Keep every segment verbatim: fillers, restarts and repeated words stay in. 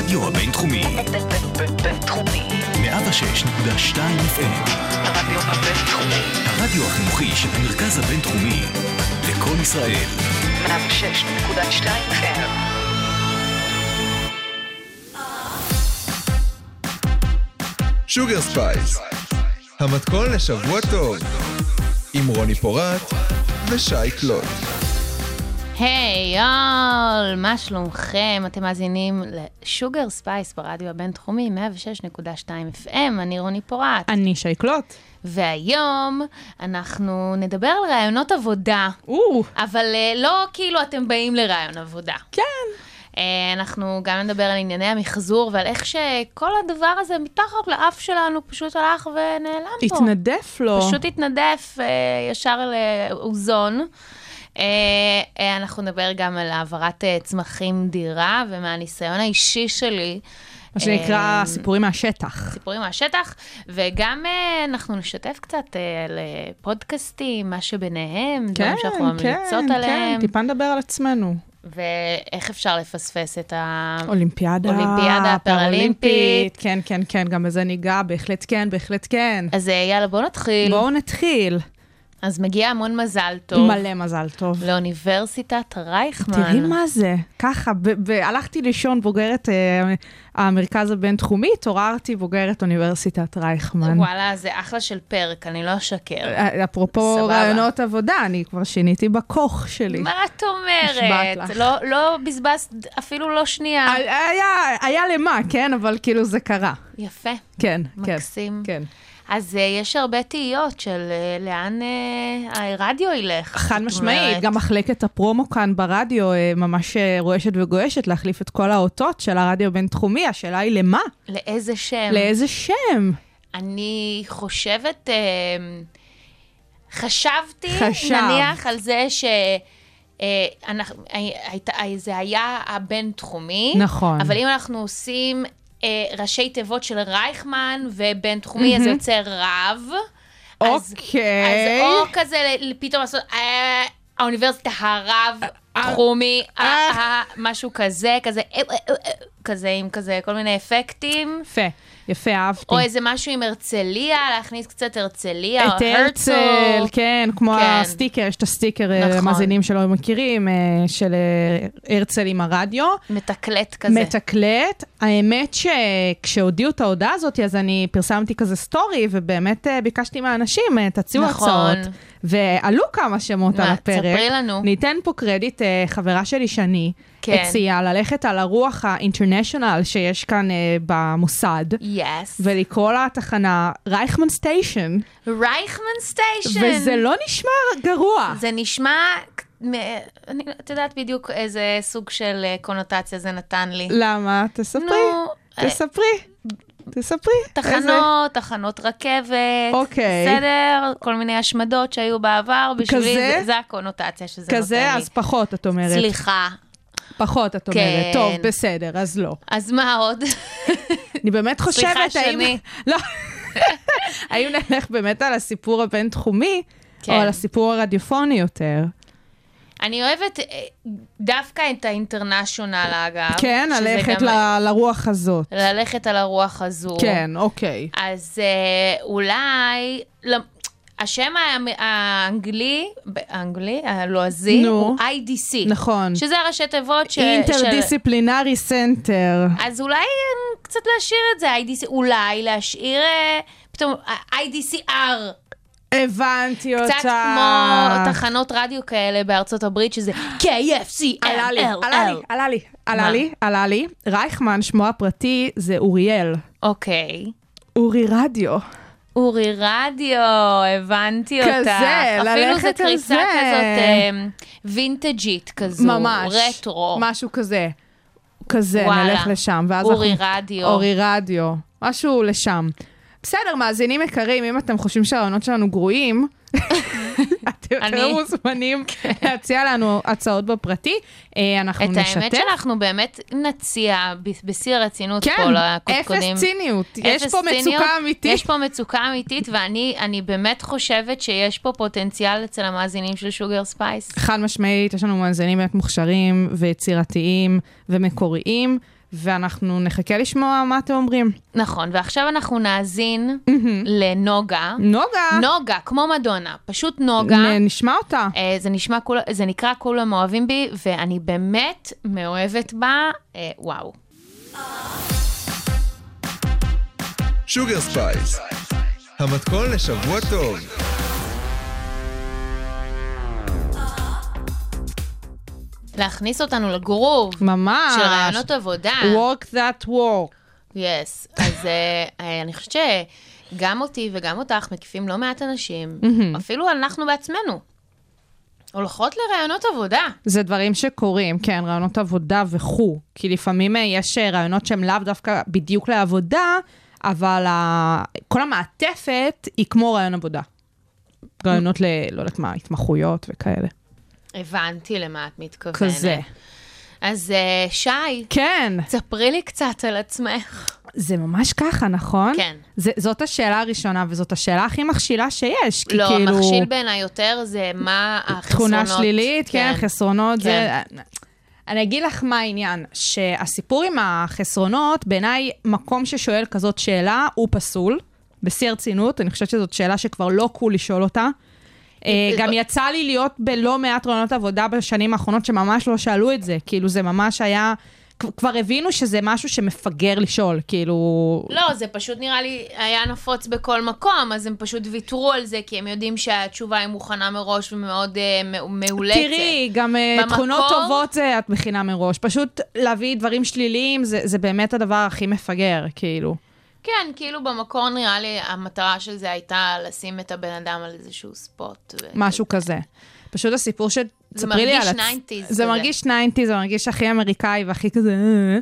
הרדיו הבינתחומי. בינתחומי. מאה ושש נקודה שתיים אף אם. הרדיו הבינתחומי. הרדיו החינוכי של המרכז הבינתחומי. לכל ישראל. מאה ושש נקודה שתיים אף אם. שוגר ספייס, המתכון לשבוע טוב, עם רוני פורט ושי קלוט. היי יאל, מה שלומכם? אתם מאזינים לשוגר ספייס ברדיו הבינתחומי מאה ושש נקודה שתיים אף אם, אני רוני פורט. אני שי קלוט. והיום אנחנו נדבר על רעיונות עבודה, או. אבל לא כאילו אתם באים לרעיון עבודה. כן. אנחנו גם נדבר על ענייני המחזור ועל איך שכל הדבר הזה מתחת לאף שלנו פשוט הלך ונעלם פה. התנדף לו. פשוט התנדף ישר לאוזון. אנחנו נדבר גם על העברת צמחים דירה, ומהניסיון האישי שלי. מה שנקרא סיפורים מהשטח. סיפורים מהשטח, וגם אנחנו נשתף קצת לפודקאסטים, מה שביניהם, דברים שאנחנו ממליצות עליהם. כן, טיפה נדבר על עצמנו. ואיך אפשר לפספס את האולימפיאדה, אולימפיאדה הפראלימפית. כן, כן, כן, גם בזה ניגע, בהחלט כן, בהחלט כן. אז יאללה, בואו נתחיל. בואו נתחיל. אז מגיע המון מזל טוב. מלא מזל טוב. לאוניברסיטת רייכמן. תראי מה זה, ככה, והלכתי לישון בוגרת המרכז הבינתחומי, התעוררתי בוגרת אוניברסיטת רייכמן. וואלה, זה אחלה של פרק, אני לא אשקר. אפרופו רעיונות עבודה, אני כבר שיניתי בכוח שלי. מה את אומרת? לא, לא בזבז אפילו לא שנייה. היה, היה למה, כן, אבל כאילו זה קרה. יפה. כן, כן. מקסים. כן. אז uh, יש הרבה תהיות של uh, לאן uh, הרדיו ילך. חד משמעית, גם מחלקת הפרומו כאן ברדיו uh, ממש uh, רועשת וגועשת להחליף את כל האותות של הרדיו בינתחומי. השאלה היא למה? לאיזה שם? לאיזה שם? אני חושבת, uh, חשבתי חשב. נניח על זה ש... Uh, אנחנו, היית, זה היה הבינתחומי. נכון. אבל אם אנחנו עושים... ראשי תיבות של רייכמן ובינתחומי, אז זה יוצא רב. אוקיי. אז או כזה פתאום לעשות, האוניברסיטה הרב תחומי, משהו כזה, כזה, כזה עם כזה כל מיני אפקטים. יפה, יפה, אהבתי. או איזה משהו עם הרצליה, להכניס קצת הרצליה, את הרצל, כן, כמו הסטיקר, יש את הסטיקר, המאזינים שלא מכירים, של הרצל עם הרדיו. מתקלט כזה. מתקלט. האמת שכשהודיעו את ההודעה הזאת, אז אני פרסמתי כזה סטורי, ובאמת ביקשתי מהאנשים, תציעו הצעות. ועלו כמה שמות על הפרק. תספרי לנו. ניתן פה קרדיט, חברה שלי שני, הציעה ללכת על הרוח האינטרנשיונל שיש כאן במוסד. Yes. ולקרוא לה תחנה רייכמן סטיישן. רייכמן סטיישן. וזה לא נשמע גרוע. זה נשמע... אני, את יודעת בדיוק איזה סוג של קונוטציה זה נתן לי. למה? תספרי. נו, תספרי. תספרי. תחנות, תחנות רכבת. אוקיי. בסדר? כל מיני השמדות שהיו בעבר. בשבילי זה, זה הקונוטציה שזה נותן לי. כזה, אז פחות, את אומרת. סליחה. פחות, את אומרת. טוב, בסדר, אז לא. אז מה עוד? אני באמת חושבת... סליחה שני. לא. האם נלך באמת על הסיפור הבינתחומי, או על הסיפור הרדיופוני יותר? אני אוהבת דווקא את האינטרנשיונל, אגב. כן, ללכת לרוח הזאת. ללכת על הרוח הזו. כן, אוקיי. אז אולי... השם האנגלי, האנגלי, הלועזי, הוא איי די סי. נכון. שזה הראשי תיבות של... אינטרדיסציפלינרי סנטר. אז אולי קצת להשאיר את זה, איי די סי, אולי להשאיר, פתאום, איי די סי אר. הבנתי אותה. קצת כמו תחנות רדיו כאלה בארצות הברית, שזה קיי אף סי אל אל אל. עלה לי, עלה לי, עלה לי, עלה לי. רייכמן, שמו הפרטי, זה אוריאל. אוקיי. אורי רדיו. אורי רדיו, הבנתי אותה. כזה, ללכת על זה. אפילו זה קריסה כזאת וינטג'ית כזו. ממש. רטרו. משהו כזה. כזה, נלך לשם. אורי רדיו. אורי רדיו. משהו לשם. בסדר, מאזינים יקרים, אם אתם חושבים שהרעיונות שלנו גרועים, אתם יותר מוזמנים להציע לנו הצעות בפרטי, אנחנו נשתף. את האמת שאנחנו באמת נציע בשיא הרצינות פה לקודקודים. אפס ציניות, יש פה מצוקה אמיתית. יש פה מצוקה אמיתית, ואני באמת חושבת שיש פה פוטנציאל אצל המאזינים של שוגר ספייס. חד משמעית, יש לנו מאזינים באמת מוכשרים ויצירתיים ומקוריים, ואנחנו נחכה לשמוע מה אתם אומרים. נכון, ועכשיו אנחנו נאזין לנוגה. נוגה. נוגה, כמו מדונה, פשוט נוגה. נשמע אותה. זה נשמע, זה נקרא כולם אוהבים בי, ואני באמת מאוהבת בה, וואו. שוגר ספייס, המתכון לשבוע טוב. להכניס אותנו לגרוב. ממש. של רעיונות עבודה. Work that work. Yes. אז אני חושבת שגם אותי וגם אותך מקיפים לא מעט אנשים, אפילו אנחנו בעצמנו, הולכות לרעיונות עבודה. זה דברים שקורים, כן, רעיונות עבודה וכו'. כי לפעמים יש רעיונות שהם לאו דווקא בדיוק לעבודה, אבל כל המעטפת היא כמו רעיון עבודה. רעיונות ל, לא יודעת מה, התמחויות וכאלה. הבנתי למה את מתכוונת. כזה. אז uh, שי, כן. תספרי לי קצת על עצמך. זה ממש ככה, נכון? כן. זה, זאת השאלה הראשונה, וזאת השאלה הכי מכשילה שיש. לא, כי כאילו... מכשיל בעיניי יותר זה מה החסרונות. תכונה שלילית, כן, כן חסרונות. כן. זה... אני אגיד לך מה העניין, שהסיפור עם החסרונות, בעיניי מקום ששואל כזאת שאלה, הוא פסול, בשיא הרצינות, אני חושבת שזאת שאלה שכבר לא קול לשאול אותה. גם יצא לי להיות בלא מעט רעיונות עבודה בשנים האחרונות שממש לא שאלו את זה, כאילו זה ממש היה, כבר הבינו שזה משהו שמפגר לשאול, כאילו... לא, זה פשוט נראה לי היה נפוץ בכל מקום, אז הם פשוט ויתרו על זה, כי הם יודעים שהתשובה היא מוכנה מראש ומאוד uh, מעולצת. תראי, גם במקום... תכונות טובות זה את מכינה מראש, פשוט להביא דברים שליליים, זה, זה באמת הדבר הכי מפגר, כאילו. כן, כאילו במקור נראה לי, המטרה של זה הייתה לשים את הבן אדם על איזשהו ספוט. משהו כזה. פשוט הסיפור ש... זה מרגיש ניינטיז. זה מרגיש ניינטיז, זה מרגיש הכי אמריקאי והכי כזה...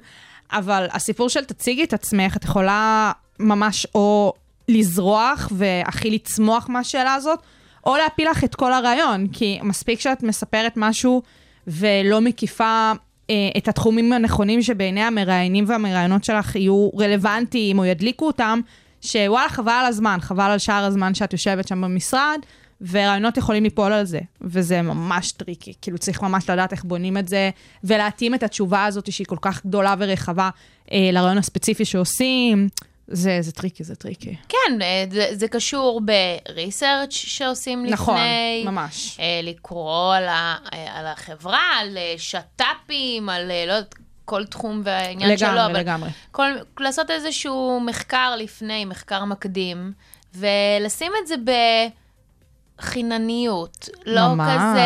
אבל הסיפור של תציגי את עצמך, את יכולה ממש או לזרוח והכי לצמוח מהשאלה הזאת, או להפיל לך את כל הרעיון, כי מספיק שאת מספרת משהו ולא מקיפה... את התחומים הנכונים שבעיני המראיינים והמראיינות שלך יהיו רלוונטיים או ידליקו אותם, שוואלה חבל על הזמן, חבל על שאר הזמן שאת יושבת שם במשרד, ורעיונות יכולים ליפול על זה, וזה ממש טריקי, כאילו צריך ממש לדעת איך בונים את זה, ולהתאים את התשובה הזאת שהיא כל כך גדולה ורחבה אה, לרעיון הספציפי שעושים, זה, זה טריקי, זה טריקי. כן, זה, זה קשור ב-research שעושים נכון, לפני. נכון, ממש. אה, לקרוא על, ה, על החברה, על שטאפים, על לא יודעת, כל תחום והעניין לגמרי, שלו. לגמרי, לגמרי. כל, לעשות איזשהו מחקר לפני, מחקר מקדים, ולשים את זה בחינניות. לא ממש. כזה...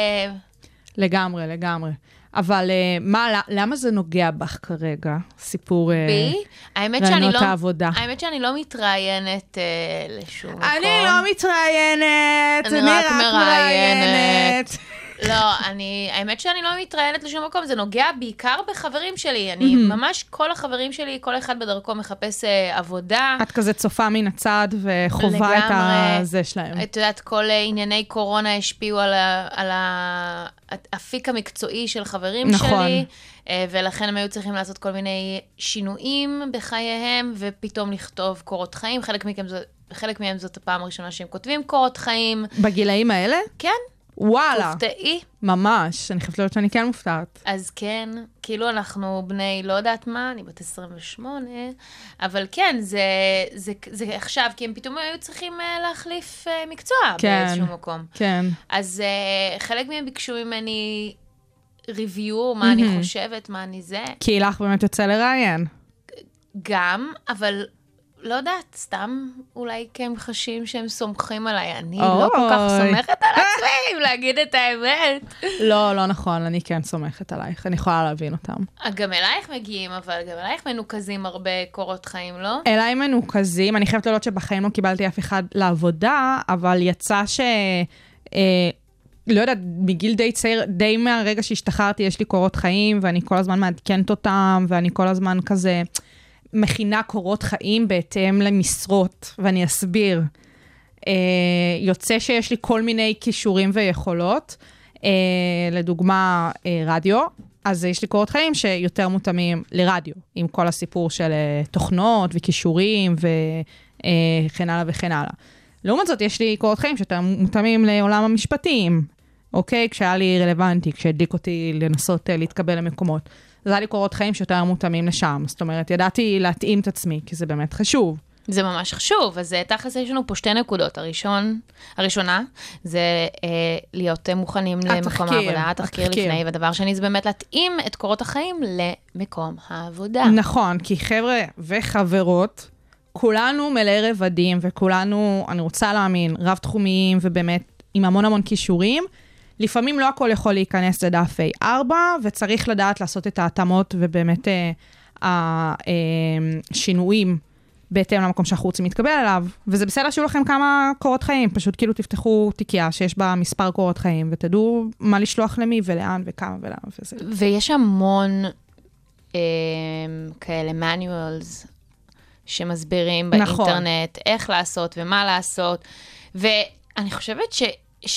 לגמרי, לגמרי. אבל מה, למה זה נוגע בך כרגע? סיפור רעיונות העבודה. האמת שאני לא מתראיינת לשום מקום. אני לא מתראיינת, אני רק מראיינת. לא, אני, האמת שאני לא מתראיינת לשום מקום, זה נוגע בעיקר בחברים שלי. אני ממש, כל החברים שלי, כל אחד בדרכו מחפש עבודה. את כזה צופה מן הצד וחובה את הזה שלהם. את יודעת, כל ענייני קורונה השפיעו על האפיק המקצועי של חברים שלי, ולכן הם היו צריכים לעשות כל מיני שינויים בחייהם, ופתאום לכתוב קורות חיים. חלק מהם זאת הפעם הראשונה שהם כותבים קורות חיים. בגילאים האלה? כן. וואלה. מופתעי. ממש, אני חושבת להיות שאני כן מופתעת. אז כן, כאילו אנחנו בני לא יודעת מה, אני בת עשרים ושמונה, אבל כן, זה, זה, זה עכשיו, כי הם פתאום היו צריכים להחליף מקצוע כן, באיזשהו מקום. כן. אז חלק מהם ביקשו ממני ריוויו, מה אני חושבת, מה אני זה. כי לך באמת יוצא לראיין. גם, אבל... לא יודעת, סתם אולי כי הם חשים שהם סומכים עליי. אני אוי. לא כל כך סומכת על עצמי, אם להגיד את האמת. לא, לא נכון, אני כן סומכת עלייך, אני יכולה להבין אותם. גם אלייך מגיעים, אבל גם אלייך מנוקזים הרבה קורות חיים, לא? אליי מנוקזים, אני חייבת לראות שבחיים לא קיבלתי אף אחד לעבודה, אבל יצא ש... אה, לא יודעת, מגיל די צעיר, די מהרגע שהשתחררתי, יש לי קורות חיים, ואני כל הזמן מעדכנת אותם, ואני כל הזמן כזה... מכינה קורות חיים בהתאם למשרות, ואני אסביר. אה, יוצא שיש לי כל מיני כישורים ויכולות, אה, לדוגמה אה, רדיו, אז יש לי קורות חיים שיותר מותאמים לרדיו, עם כל הסיפור של אה, תוכנות וכישורים וכן הלאה וכן הלאה. לעומת זאת, יש לי קורות חיים שיותר מותאמים לעולם המשפטים, אוקיי? כשהיה לי רלוונטי, כשהדליק אותי לנסות אה, להתקבל למקומות. אז היה לי קורות חיים שיותר מותאמים לשם. זאת אומרת, ידעתי להתאים את עצמי, כי זה באמת חשוב. זה ממש חשוב, אז תכלס יש לנו פה שתי נקודות. הראשון, הראשונה, זה אה, להיות מוכנים למקום העבודה, התחקיר לפני, והדבר שני זה באמת להתאים את קורות החיים למקום העבודה. נכון, כי חבר'ה וחברות, כולנו מלאי רבדים, וכולנו, אני רוצה להאמין, רב תחומיים, ובאמת עם המון המון כישורים. לפעמים לא הכל יכול להיכנס לדף איי ארבע, וצריך לדעת לעשות את ההתאמות, ובאמת השינויים, אה, אה, בהתאם למקום שאנחנו רוצים להתקבל עליו, וזה בסדר שיהיו לכם כמה קורות חיים, פשוט כאילו תפתחו תיקייה שיש בה מספר קורות חיים, ותדעו מה לשלוח למי ולאן וכמה ולמה וזה. ויש המון אה, כאלה manuals שמסבירים באינטרנט, נכון. איך לעשות ומה לעשות, ואני חושבת ש,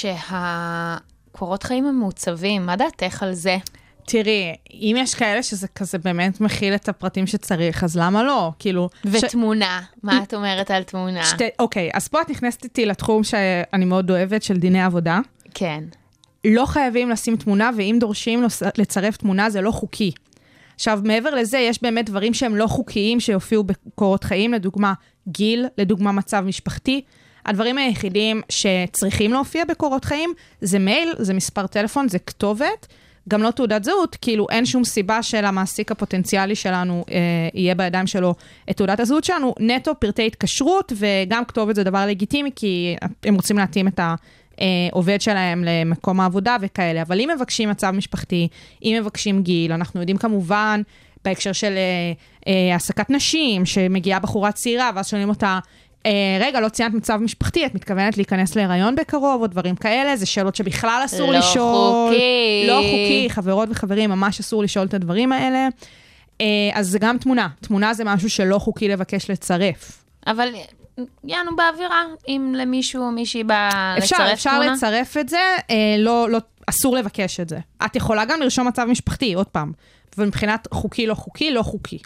שהקורות חיים הם מעוצבים, מה דעתך על זה? תראי, אם יש כאלה שזה כזה באמת מכיל את הפרטים שצריך, אז למה לא? כאילו... ותמונה, ש... מה את אומרת על תמונה? שתי... אוקיי, אז פה את נכנסת איתי לתחום שאני מאוד אוהבת, של דיני עבודה. כן. לא חייבים לשים תמונה, ואם דורשים לצרף תמונה, זה לא חוקי. עכשיו, מעבר לזה, יש באמת דברים שהם לא חוקיים, שיופיעו בקורות חיים, לדוגמה גיל, לדוגמה מצב משפחתי. הדברים היחידים שצריכים להופיע בקורות חיים, זה מייל, זה מספר טלפון, זה כתובת, גם לא תעודת זהות, כאילו אין שום סיבה של המעסיק הפוטנציאלי שלנו אה, יהיה בידיים שלו את תעודת הזהות שלנו, נטו פרטי התקשרות, וגם כתובת זה דבר לגיטימי, כי הם רוצים להתאים את העובד שלהם למקום העבודה וכאלה, אבל אם מבקשים מצב משפחתי, אם מבקשים גיל, אנחנו יודעים כמובן, בהקשר של אה, אה, העסקת נשים, שמגיעה בחורה צעירה, ואז שואלים אותה, רגע, לא ציינת מצב משפחתי, את מתכוונת להיכנס להיריון בקרוב, או דברים כאלה, זה שאלות שבכלל אסור לא לשאול. לא חוקי. לא חוקי, חברות וחברים, ממש אסור לשאול את הדברים האלה. אז זה גם תמונה. תמונה זה משהו שלא חוקי לבקש לצרף. אבל יענו באווירה, אם למישהו או מישהי בא אפשר, לצרף אפשר תמונה? אפשר לצרף את זה, לא, לא, אסור לבקש את זה. את יכולה גם לרשום מצב משפחתי, עוד פעם. ומבחינת חוקי, לא חוקי, לא חוקי.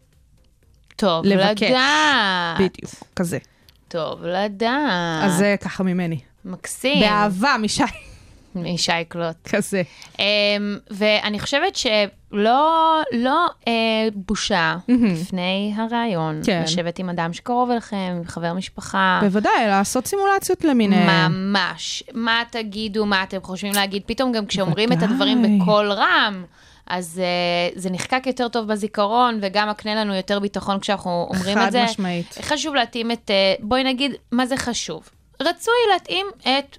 טוב, לבקש. לדעת. בדיוק, כזה. טוב, לדעת. אז זה ככה ממני. מקסים. באהבה, משי. משי קלוט. כזה. Um, ואני חושבת שלא לא, uh, בושה לפני הרעיון. כן. לשבת עם אדם שקרוב אליכם, עם חבר משפחה. בוודאי, לעשות סימולציות למיניהם. ממש. מה תגידו, מה אתם חושבים להגיד? פתאום גם כשאומרים את הדברים בקול רם, אז uh, זה נחקק יותר טוב בזיכרון, וגם מקנה לנו יותר ביטחון כשאנחנו אומרים את זה. חד משמעית. חשוב להתאים את, uh, בואי נגיד, מה זה חשוב? רצוי להתאים את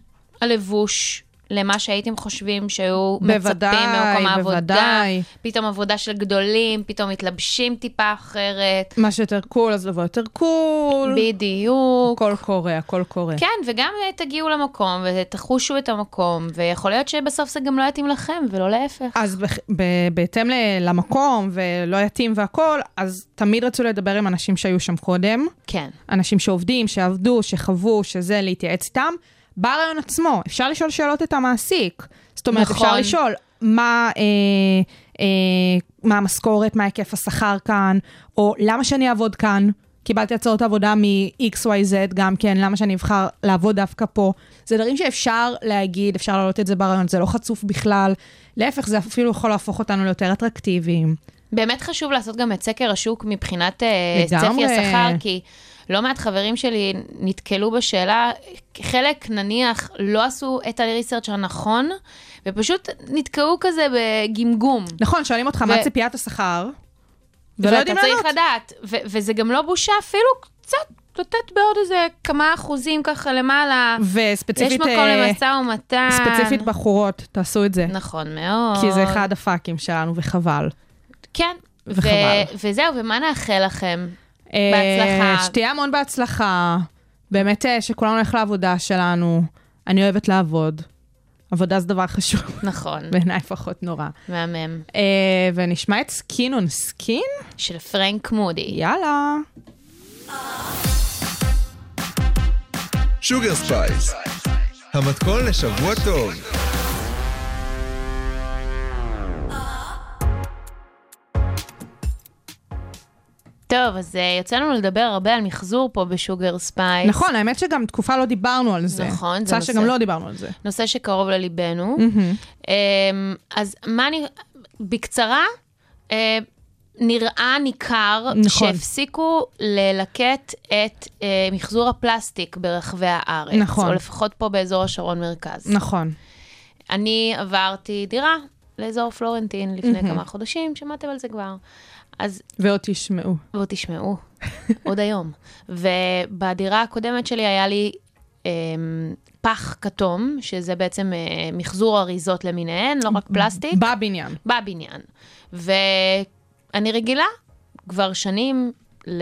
הלבוש למה שהייתם חושבים שהיו מצפים ממקום העבודה. בוודאי. פתאום עבודה של גדולים, פתאום מתלבשים טיפה אחרת. מה שיותר קול, אז לבוא יותר קול. בדיוק. הכל קורה, הכל קורה. כן, וגם תגיעו למקום ותחושו את המקום, ויכול להיות שבסוף זה גם לא יתאים לכם, ולא להפך. אז בהתאם למקום, ולא יתאים והכל, אז תמיד רצו לדבר עם אנשים שהיו שם קודם. כן. אנשים שעובדים, שעבדו, שחוו, שזה להתייעץ איתם. ברעיון עצמו, אפשר לשאול שאלות את המעסיק. זאת אומרת, נכון. אפשר לשאול מה, אה, אה, מה המשכורת, מה היקף השכר כאן, או למה שאני אעבוד כאן? קיבלתי הצעות עבודה מ-X Y Z גם כן, למה שאני אבחר לעבוד דווקא פה? זה דברים שאפשר להגיד, אפשר להעלות את זה ברעיון, זה לא חצוף בכלל. להפך, זה אפילו יכול להפוך אותנו ליותר אטרקטיביים. באמת חשוב לעשות גם את סקר השוק מבחינת צפי השכר, כי לא מעט חברים שלי נתקלו בשאלה, חלק נניח לא עשו את הריסרצ' הנכון, ופשוט נתקעו כזה בגמגום. נכון, שואלים אותך, מה ציפיית השכר? ואתה צריך לדעת, וזה גם לא בושה, אפילו קצת לתת בעוד איזה כמה אחוזים ככה למעלה. וספציפית, יש מקום למשא ומתן. ספציפית בחורות, תעשו את זה. נכון מאוד. כי זה אחד הפאקים שלנו, וחבל. כן. וחבל. וזהו, ומה נאחל לכם? בהצלחה. שתהיה המון בהצלחה. באמת שכולנו הולך לעבודה שלנו. אני אוהבת לעבוד. עבודה זה דבר חשוב. נכון. בעיניי פחות נורא. מהמם. ונשמע את סקין און סקין? של פרנק מודי. יאללה. שוגר ספייס, המתכון לשבוע טוב. טוב, אז יוצא לנו לדבר הרבה על מחזור פה בשוגר ספייס. נכון, האמת שגם תקופה לא דיברנו על זה. נכון, זה נושא. שגם לא דיברנו על זה. נושא שקרוב לליבנו. אז מה אני... בקצרה, אה, נראה ניכר נכון. שהפסיקו ללקט את אה, מחזור הפלסטיק ברחבי הארץ. נכון. או לפחות פה באזור השרון מרכז. נכון. אני עברתי דירה לאזור פלורנטין לפני כמה חודשים, שמעתם על זה כבר. אז... ועוד תשמעו. ועוד תשמעו, עוד היום. ובדירה הקודמת שלי היה לי אה, פח כתום, שזה בעצם אה, מחזור אריזות למיניהן, לא רק פלסטיק. בבניין. בבניין. ואני רגילה כבר שנים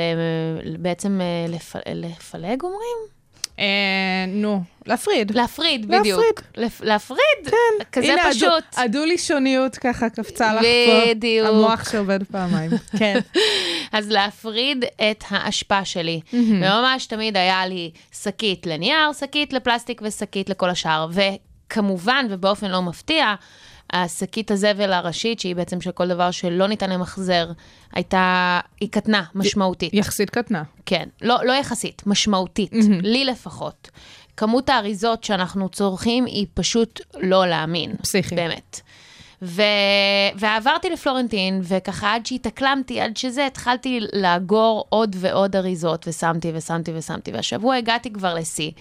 בעצם לפ... לפלג, אומרים? אה, נו, להפריד. להפריד, בדיוק. להפריד. להפריד? כן. כזה פשוט. הדו-לישוניות ככה קפצה לך פה. בדיוק. המוח שעובד פעמיים. כן. אז להפריד את האשפה שלי. וממש תמיד היה לי שקית לנייר, שקית לפלסטיק ושקית לכל השאר. וכמובן, ובאופן לא מפתיע, השקית הזבל הראשית, שהיא בעצם של כל דבר שלא ניתן למחזר, הייתה, היא קטנה, משמעותית. יחסית קטנה. כן. לא, לא יחסית, משמעותית. לי לפחות. כמות האריזות שאנחנו צורכים היא פשוט לא להאמין. פסיכי. באמת. ו... ועברתי לפלורנטין, וככה עד שהתאקלמתי, עד שזה, התחלתי לאגור עוד ועוד אריזות, ושמתי ושמתי ושמתי, והשבוע הגעתי כבר לשיא.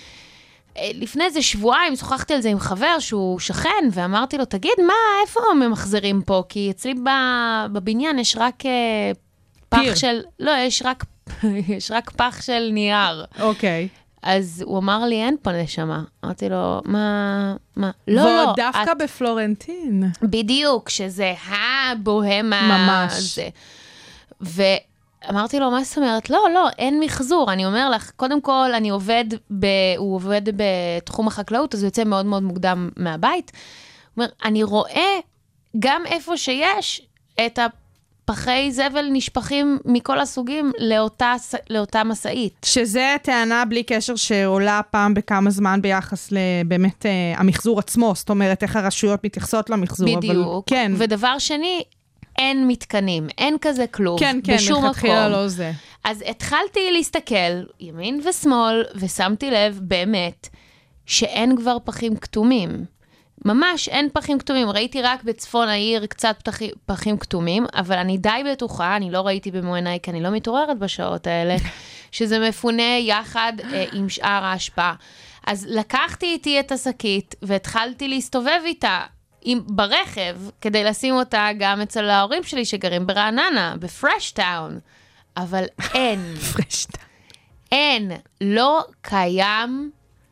לפני איזה שבועיים שוחחתי על זה עם חבר שהוא שכן, ואמרתי לו, תגיד, מה, איפה ממחזרים פה? כי אצלי בבניין יש רק פח פיר. של, לא, יש רק, יש רק פח של נייר. אוקיי. אז הוא אמר לי, אין פה נשמה. אמרתי לו, מה, מה? לא, לא. ועוד דווקא את... בפלורנטין. בדיוק, שזה הבוהמה. ממש. זה. ו... אמרתי לו, מה זאת אומרת? לא, לא, אין מחזור. אני אומר לך, קודם כל, אני עובד, ב... הוא עובד בתחום החקלאות, אז הוא יוצא מאוד מאוד מוקדם מהבית. הוא אומר, אני רואה גם איפה שיש את הפחי זבל נשפכים מכל הסוגים לאותה, לאותה מסעית. שזה טענה בלי קשר שעולה פעם בכמה זמן ביחס לבאמת המחזור עצמו, זאת אומרת, איך הרשויות מתייחסות למחזור. בדיוק. אבל... כן. ודבר שני, אין מתקנים, אין כזה כלוב, כן, כן, בשום מקום. לא זה. אז התחלתי להסתכל ימין ושמאל, ושמתי לב באמת שאין כבר פחים כתומים. ממש אין פחים כתומים. ראיתי רק בצפון העיר קצת פחים, פחים כתומים, אבל אני די בטוחה, אני לא ראיתי במו עיניי, כי אני לא מתעוררת בשעות האלה, שזה מפונה יחד אה, עם שאר ההשפעה. אז לקחתי איתי את השקית, והתחלתי להסתובב איתה, עם, ברכב, כדי לשים אותה גם אצל ההורים שלי שגרים ברעננה, בפרש טאון. אבל אין. פרש טאון. אין. לא קיים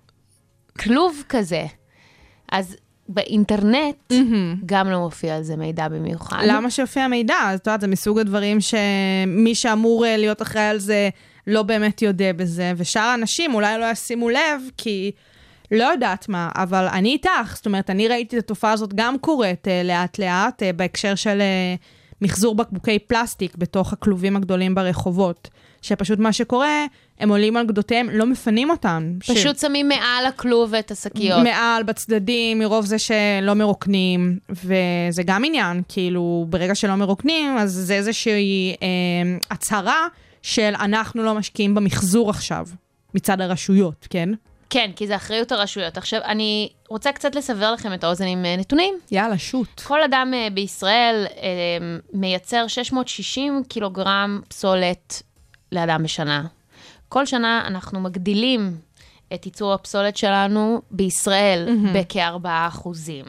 כלוב כזה. אז באינטרנט mm-hmm. גם לא מופיע על זה מידע במיוחד. למה שיופיע מידע? אז את יודעת, זה מסוג הדברים שמי שאמור להיות אחראי על זה לא באמת יודע בזה, ושאר האנשים אולי לא ישימו לב, כי... לא יודעת מה, אבל אני איתך, זאת אומרת, אני ראיתי את התופעה הזאת גם קורית אה, לאט לאט, אה, בהקשר של אה, מחזור בקבוקי פלסטיק בתוך הכלובים הגדולים ברחובות, שפשוט מה שקורה, הם עולים על גדותיהם, לא מפנים אותם. פשוט ש... שמים מעל הכלוב את השקיות. מעל, בצדדים, מרוב זה שלא מרוקנים, וזה גם עניין, כאילו, ברגע שלא מרוקנים, אז זה איזושהי אה, הצהרה של אנחנו לא משקיעים במחזור עכשיו, מצד הרשויות, כן? כן, כי זה אחריות הרשויות. עכשיו, אני רוצה קצת לסבר לכם את האוזן עם נתונים. יאללה, שוט. כל אדם בישראל מייצר שש מאות ושישים קילוגרם פסולת לאדם בשנה. כל שנה אנחנו מגדילים את ייצור הפסולת שלנו בישראל mm-hmm. בכ-ארבעה אחוזים.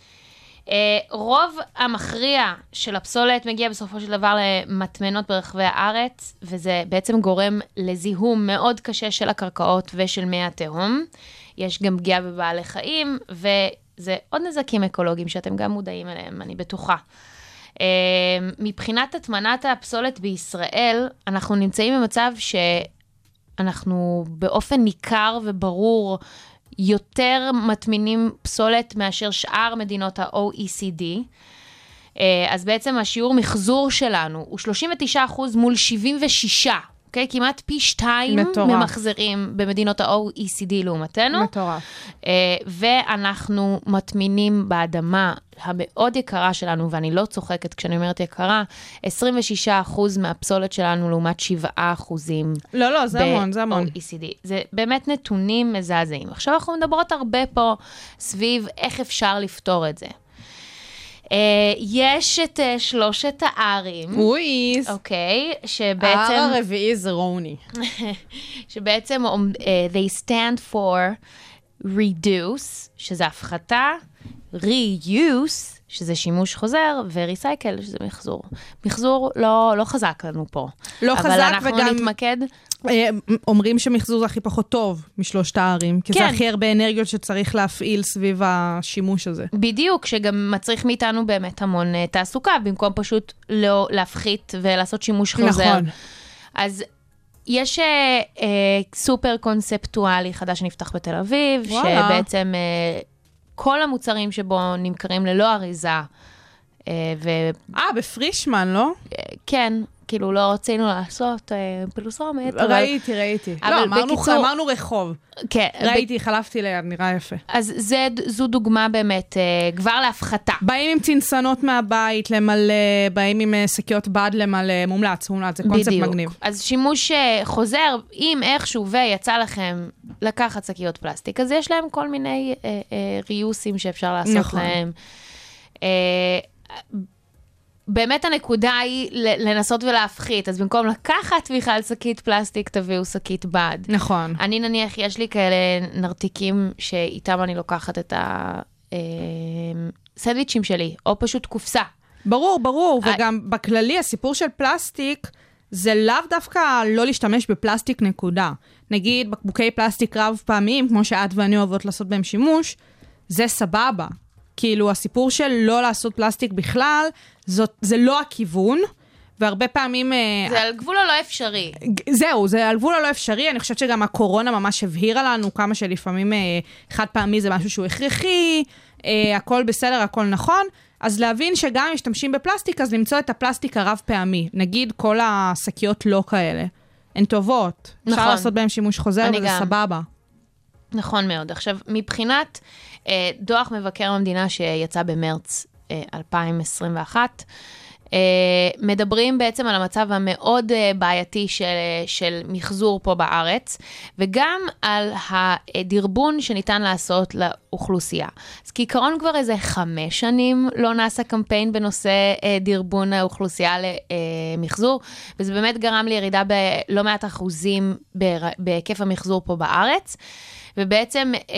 רוב המכריע של הפסולת מגיע בסופו של דבר למטמנות ברחבי הארץ, וזה בעצם גורם לזיהום מאוד קשה של הקרקעות ושל מי התהום. יש גם פגיעה בבעלי חיים, וזה עוד נזקים אקולוגיים שאתם גם מודעים אליהם, אני בטוחה. מבחינת הטמנת הפסולת בישראל, אנחנו נמצאים במצב שאנחנו באופן ניכר וברור יותר מטמינים פסולת מאשר שאר מדינות ה-או אי סי די. אז בעצם השיעור מחזור שלנו הוא שלושים ותשעה אחוז מול שבעים ושש, אוקיי? כמעט פי שתיים ממחזרים במדינות ה-או אי סי די לעומתנו. מטורף. ואנחנו מטמינים באדמה המאוד יקרה שלנו, ואני לא צוחקת כשאני אומרת יקרה, עשרים ושישה אחוז מהפסולת שלנו לעומת שבעה אחוזים. לא, לא, זה המון, זה המון. ב-או אי סי די. זה באמת נתונים מזעזעים. עכשיו אנחנו מדברות הרבה פה סביב איך אפשר לפתור את זה. יש את שלושת הערים. אוי. אוקיי, שבעצם... הער הרביעי זה רוני. שבעצם they stand for reduce, שזה הפחתה, reuse, שזה שימוש חוזר, וריסייקל, שזה מחזור. מחזור לא, לא חזק לנו פה. לא חזק, אבל אנחנו וגם נתמקד. אומרים שמחזור זה הכי פחות טוב משלושת הערים, כי כן. זה הכי הרבה אנרגיות שצריך להפעיל סביב השימוש הזה. בדיוק, שגם מצריך מאיתנו באמת המון uh, תעסוקה, במקום פשוט לא להפחית ולעשות שימוש חוזר. נכון. אז יש uh, uh, סופר קונספטואלי חדש שנפתח בתל אביב, וואלה. שבעצם uh, כל המוצרים שבו נמכרים ללא אריזה, uh, ו... אה, בפרישמן, לא? Uh, כן, כאילו לא רצינו לעשות uh, פרסומת. ראיתי, ראיתי. אבל לא, אמרנו, בקיצור... אמרנו רחוב. כן. ראיתי, חלפתי ליד, נראה יפה. אז זה, זו דוגמה באמת, uh, כבר להפחתה. באים עם צנסנות מהבית למלא, באים עם uh, שקיות בד למלא, מומלץ, מומלץ, זה קונספט בדיוק. מגניב. אז שימוש uh, חוזר, אם איכשהו ויצא לכם לקחת שקיות פלסטיק, אז יש להם כל מיני uh, uh, ריוסים שאפשר לעשות נכון. להם. Uh, באמת הנקודה היא לנסות ולהפחית, אז במקום לקחת בכלל שקית פלסטיק, תביאו שקית בד. נכון. אני נניח, יש לי כאלה נרתיקים שאיתם אני לוקחת את הסנדוויצ'ים שלי, או פשוט קופסה. ברור, ברור, וגם בכללי הסיפור של פלסטיק, זה לאו דווקא לא להשתמש בפלסטיק נקודה. נגיד, בקבוקי פלסטיק רב פעמים, כמו שאת ואני אוהבות לעשות בהם שימוש, זה סבבה. כאילו, הסיפור של לא לעשות פלסטיק בכלל, זאת, זה לא הכיוון, והרבה פעמים... זה על גבול הלא אפשרי. זהו, זה על גבול הלא אפשרי, אני חושבת שגם הקורונה ממש הבהירה לנו כמה שלפעמים חד פעמי זה משהו שהוא הכרחי, הכל בסדר, הכל נכון, אז להבין שגם אם משתמשים בפלסטיק, אז למצוא את הפלסטיק הרב פעמי. נגיד כל השקיות לא כאלה, הן טובות, נכון. אפשר לעשות בהן שימוש חוזר וזה גם. סבבה. נכון מאוד. עכשיו, מבחינת אה, דוח מבקר המדינה שיצא במרץ אה, אלפיים עשרים ואחת, אה, מדברים בעצם על המצב המאוד אה, בעייתי של, של מחזור פה בארץ, וגם על הדרבון שניתן לעשות לאוכלוסייה. אז כעיקרון כבר איזה חמש שנים לא נעשה קמפיין בנושא אה, דרבון האוכלוסייה למחזור, וזה באמת גרם לירידה בלא מעט אחוזים בהיקף המחזור פה בארץ, ובעצם אה,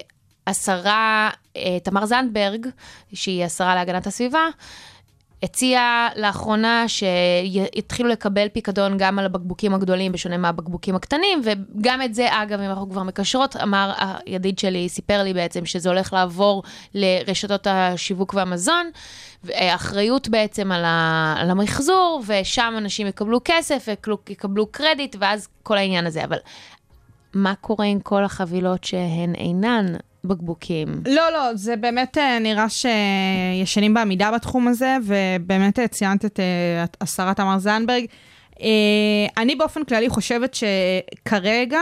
השרה אה, תמר זנדברג, שהיא השרה להגנת הסביבה, הציעה לאחרונה שיתחילו לקבל פיקדון גם על הבקבוקים הגדולים, בשונה מהבקבוקים הקטנים, וגם את זה, אגב, אם אנחנו כבר מקשרות, אמר הידיד שלי, סיפר לי בעצם שזה הולך לעבור לרשתות השיווק והמזון, אחריות בעצם על, ה, על המחזור, ושם אנשים יקבלו כסף, יקבלו קרדיט, ואז כל העניין הזה. אבל מה קורה עם כל החבילות שהן אינן בקבוקים? לא, לא, זה באמת נראה שישנים בעמידה בתחום הזה, ובאמת ציינת את השרה תמר זנדברג. אני באופן כללי חושבת שכרגע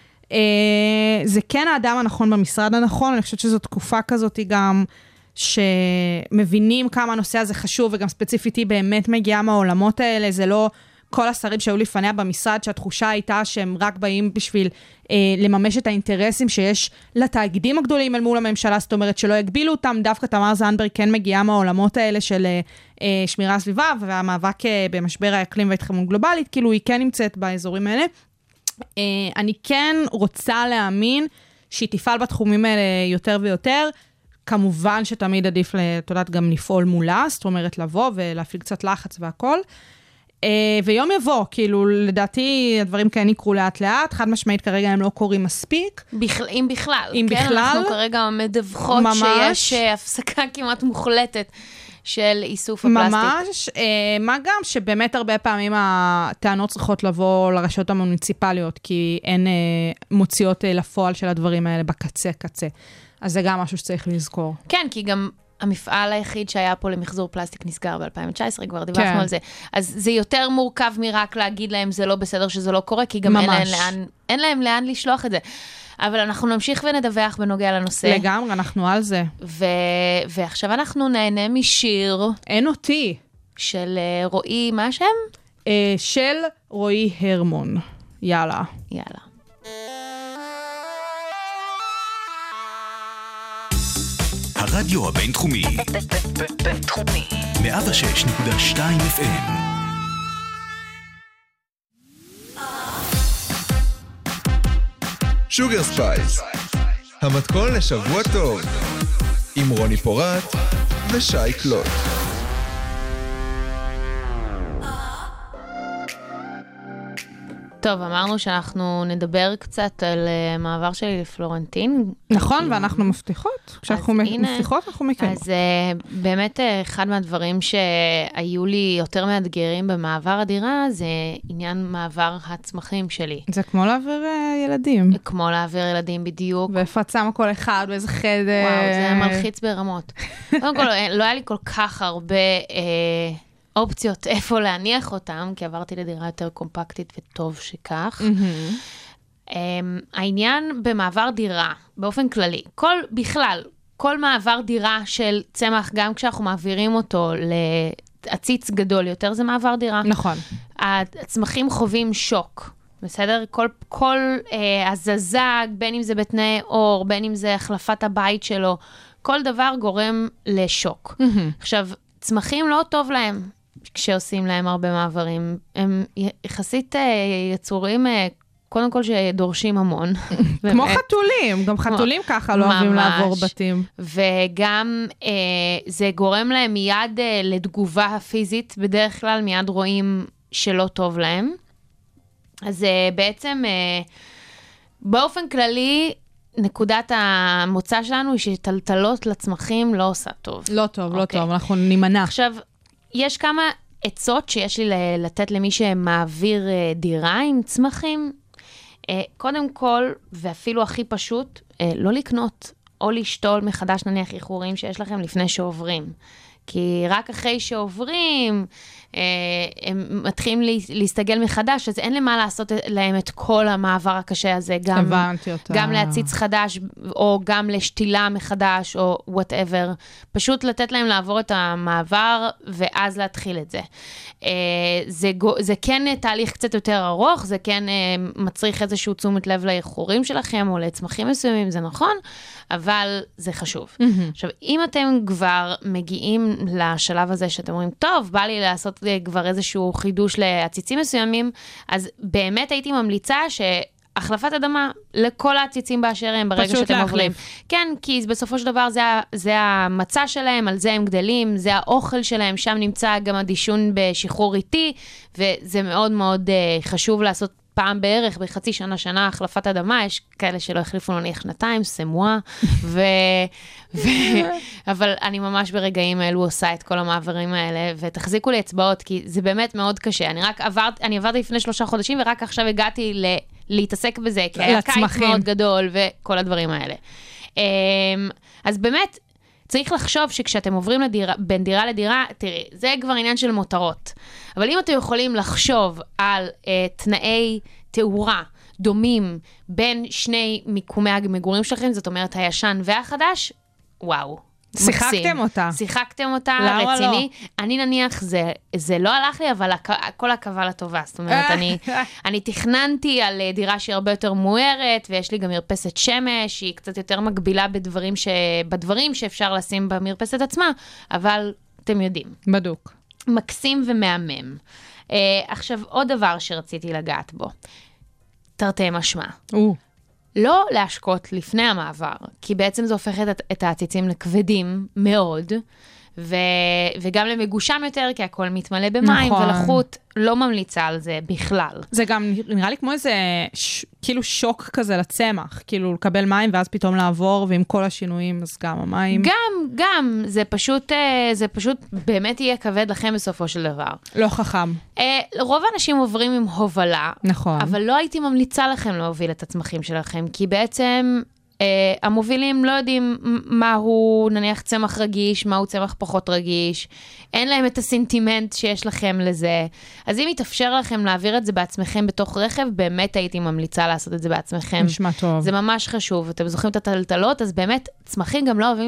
זה כן האדם הנכון במשרד הנכון, אני חושבת שזו תקופה כזאת גם שמבינים כמה הנושא הזה חשוב, וגם ספציפית היא באמת מגיעה מהעולמות האלה, זה לא כל השרים שהיו לפניה במשרד, שהתחושה הייתה שהם רק באים בשביל אה, לממש את האינטרסים שיש לתאגידים הגדולים אל מול הממשלה, זאת אומרת שלא יגבילו אותם, דווקא תמר זנדברג כן מגיעה מהעולמות האלה של אה, שמירה הסביבה, והמאבק אה, במשבר האקלים וההתחממות גלובלית, כאילו היא כן נמצאת באזורים האלה. אה, אני כן רוצה להאמין שהיא תפעל בתחומים האלה יותר ויותר, כמובן שתמיד עדיף, לתודעת, גם לפעול מולה, זאת אומרת לבוא ולהפעיל קצת לחץ והכל, ויום יבוא, כאילו, לדעתי, הדברים כאן יקרו לאט לאט, חד משמעית כרגע הם לא קוראים מספיק. בכ... אם בכלל. אם כן, בכלל. אנחנו כרגע מדווחות ממש. שיש הפסקה כמעט מוחלטת של איסוף הפלסטיק. ממש, מה גם שבאמת הרבה פעמים הטענות צריכות לבוא לרשויות המוניציפליות, כי הן מוציאות לפועל של הדברים האלה בקצה קצה. אז זה גם משהו שצריך לזכור. כן, כי גם המפעל היחיד שהיה פה למחזור פלסטיק נסגר ב-אלפיים תשע עשרה, כבר דיווחנו על זה. אז זה יותר מורכב מרק להגיד להם זה לא בסדר שזה לא קורה, כי גם אין להם לאן, אין להם לאן לשלוח את זה. אבל אנחנו נמשיך ונדווח בנוגע לנושא. לגמרי, אנחנו על זה. ו... ועכשיו אנחנו נהנה משיר. אין אותי. של רועי, מה השם? של רועי הרמון. יאללה. יאללה. הרדיו הבינתחומי. בינתחומי. מאה ושש נקודה שתיים אף אם. שוגר ספייס, המתכון לשבוע טוב, עם רוני פורט ושי קלוט. טוב, אמרנו שאנחנו נדבר קצת על uh, מעבר שלי לפלורנטין. נכון, ואנחנו מבטיחות. כשאנחנו מבטיחות, אנחנו מקיימים. אז uh, באמת uh, אחד מהדברים שהיו לי יותר מאתגרים במעבר הדירה, זה עניין מעבר הצמחים שלי. זה כמו להעביר uh, ילדים. כמו להעביר ילדים בדיוק. ואיפה את שמה כל אחד, באיזה חדר. וואו, זה מלחיץ ברמות. קודם כל, לא היה לי כל כך הרבה... Uh, אופציות איפה להניח אותם, כי עברתי לדירה יותר קומפקטית וטוב שכך. Mm-hmm. Um, העניין במעבר דירה, באופן כללי, כל, בכלל, כל מעבר דירה של צמח, גם כשאנחנו מעבירים אותו לעציץ גדול יותר, זה מעבר דירה. נכון. הצמחים חווים שוק, בסדר? כל, כל uh, הזזה, בין אם זה בתנאי אור, בין אם זה החלפת הבית שלו, כל דבר גורם לשוק. Mm-hmm. עכשיו, צמחים לא טוב להם. כשעושים להם הרבה מעברים, הם יחסית יצורים, קודם כל שדורשים המון. כמו חתולים, גם חתולים ככה לא אוהבים לעבור בתים. וגם זה גורם להם מיד לתגובה הפיזית, בדרך כלל מיד רואים שלא טוב להם. אז בעצם, באופן כללי, נקודת המוצא שלנו היא שטלטלות לצמחים לא עושה טוב. לא טוב, לא טוב, אנחנו נימנע. עכשיו, יש כמה עצות שיש לי לתת למי שמעביר דירה עם צמחים. קודם כל, ואפילו הכי פשוט, לא לקנות או לשתול מחדש נניח איחורים שיש לכם לפני שעוברים. כי רק אחרי שעוברים, הם מתחילים להסתגל מחדש, אז אין למה לעשות להם את כל המעבר הקשה הזה, גם, גם להציץ חדש, או גם לשתילה מחדש, או whatever. פשוט לתת להם לעבור את המעבר, ואז להתחיל את זה. זה, זה כן תהליך קצת יותר ארוך, זה כן מצריך איזשהו תשומת לב לאיחורים שלכם, או לצמחים מסוימים, זה נכון, אבל זה חשוב. Mm-hmm. עכשיו, אם אתם כבר מגיעים לשלב הזה שאתם אומרים, טוב, בא לי לעשות כבר איזשהו חידוש לעציצים מסוימים, אז באמת הייתי ממליצה שהחלפת אדמה לכל העציצים באשר הם ברגע שאתם עוברים. כן, כי בסופו של דבר זה, זה המצע שלהם, על זה הם גדלים, זה האוכל שלהם, שם נמצא גם הדישון בשחרור איטי, וזה מאוד מאוד uh, חשוב לעשות פעם בערך, בחצי שנה, שנה, החלפת אדמה, יש כאלה שלא החליפו נניח שנתיים, סמואה, ו... ו... אבל אני ממש ברגעים האלו עושה את כל המעברים האלה, ותחזיקו לי אצבעות, כי זה באמת מאוד קשה. אני רק עברת, אני עברתי לפני שלושה חודשים, ורק עכשיו הגעתי ל... להתעסק בזה, כי היה קיץ מאוד גדול, וכל הדברים האלה. אז באמת, צריך לחשוב שכשאתם עוברים לדירה, בין דירה לדירה, תראי, זה כבר עניין של מותרות. אבל אם אתם יכולים לחשוב על uh, תנאי תאורה דומים בין שני מיקומי המגורים שלכם, זאת אומרת הישן והחדש, וואו. שיחקתם אותה. שיחקתם אותה, רציני. לא? אני נניח, זה, זה לא הלך לי, אבל כל הקווה לטובה. זאת אומרת, אני, אני תכננתי על דירה שהיא הרבה יותר מוארת, ויש לי גם מרפסת שמש, שהיא קצת יותר מגבילה בדברים, ש, בדברים שאפשר לשים במרפסת עצמה, אבל אתם יודעים. בדוק. מקסים ומהמם. Uh, עכשיו, עוד דבר שרציתי לגעת בו. תרתי משמע. או. לא להשקות לפני המעבר, כי בעצם זה הופך את, את העציצים לכבדים מאוד, ו, וגם למגושם יותר, כי הכל מתמלא במים, נכון. ולחות לא ממליצה על זה בכלל. זה גם נראה לי כמו איזה, ש, כאילו שוק כזה לצמח, כאילו לקבל מים ואז פתאום לעבור, ועם כל השינויים, אז גם המים. גם, גם, זה פשוט, זה פשוט באמת יהיה כבד לכם בסופו של דבר. לא חכם. רוב האנשים עוברים עם הובלה, נכון. אבל לא הייתי ממליצה לכם להוביל את הצמחים שלכם, כי בעצם... Uh, המובילים לא יודעים מהו נניח צמח רגיש, מהו צמח פחות רגיש, אין להם את הסנטימנט שיש לכם לזה, אז אם יתאפשר לכם להעביר את זה בעצמכם בתוך רכב, באמת הייתי ממליצה לעשות את זה בעצמכם. נשמע טוב. זה ממש חשוב, אתם זוכרים את הטלטלות, אז באמת צמחים גם לא אוהבים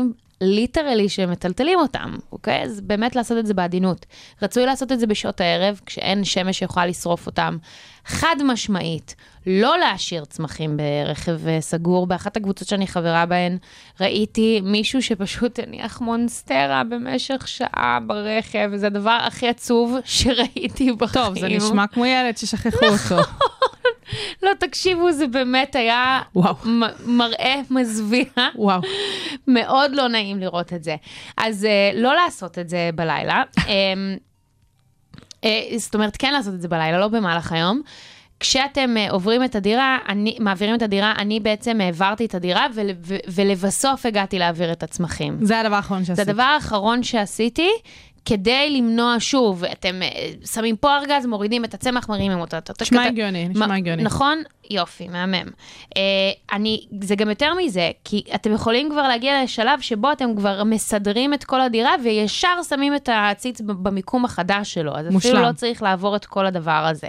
ליטרלי שמטלטלים אותם, אוקיי? אז באמת לעשות את זה בעדינות. רצוי לעשות את זה בשעות הערב, כשאין שמש שיכולה לשרוף אותם. חד משמעית, לא להשאיר צמחים ברכב סגור. באחת הקבוצות שאני חברה בהן, ראיתי מישהו שפשוט הניח מונסטרה במשך שעה ברכב, וזה הדבר הכי עצוב שראיתי בחיים. טוב, זה נשמע כמו ילד ששכחו אותו. לא, תקשיבו, זה באמת היה מ- מראה מזוויע. וואו. מאוד לא נעים לראות את זה. אז uh, לא לעשות את זה בלילה. um, uh, זאת אומרת, כן לעשות את זה בלילה, לא במהלך היום. כשאתם uh, עוברים את הדירה, אני, מעבירים את הדירה, אני בעצם העברתי את הדירה, ול, ו, ולבסוף הגעתי להעביר את הצמחים. זה הדבר האחרון שעשיתי. זה הדבר האחרון שעשיתי, כדי למנוע שוב, אתם שמים פה ארגז, מורידים את הצמח, מרימים אותו. נשמע הגיוני, נשמע הגיוני. נכון? יופי, מהמם. אני, זה גם יותר מזה, כי אתם יכולים כבר להגיע לשלב שבו אתם כבר מסדרים את כל הדירה, וישר שמים את הציץ במיקום החדש שלו. אז אפילו לא צריך לעבור את כל הדבר הזה.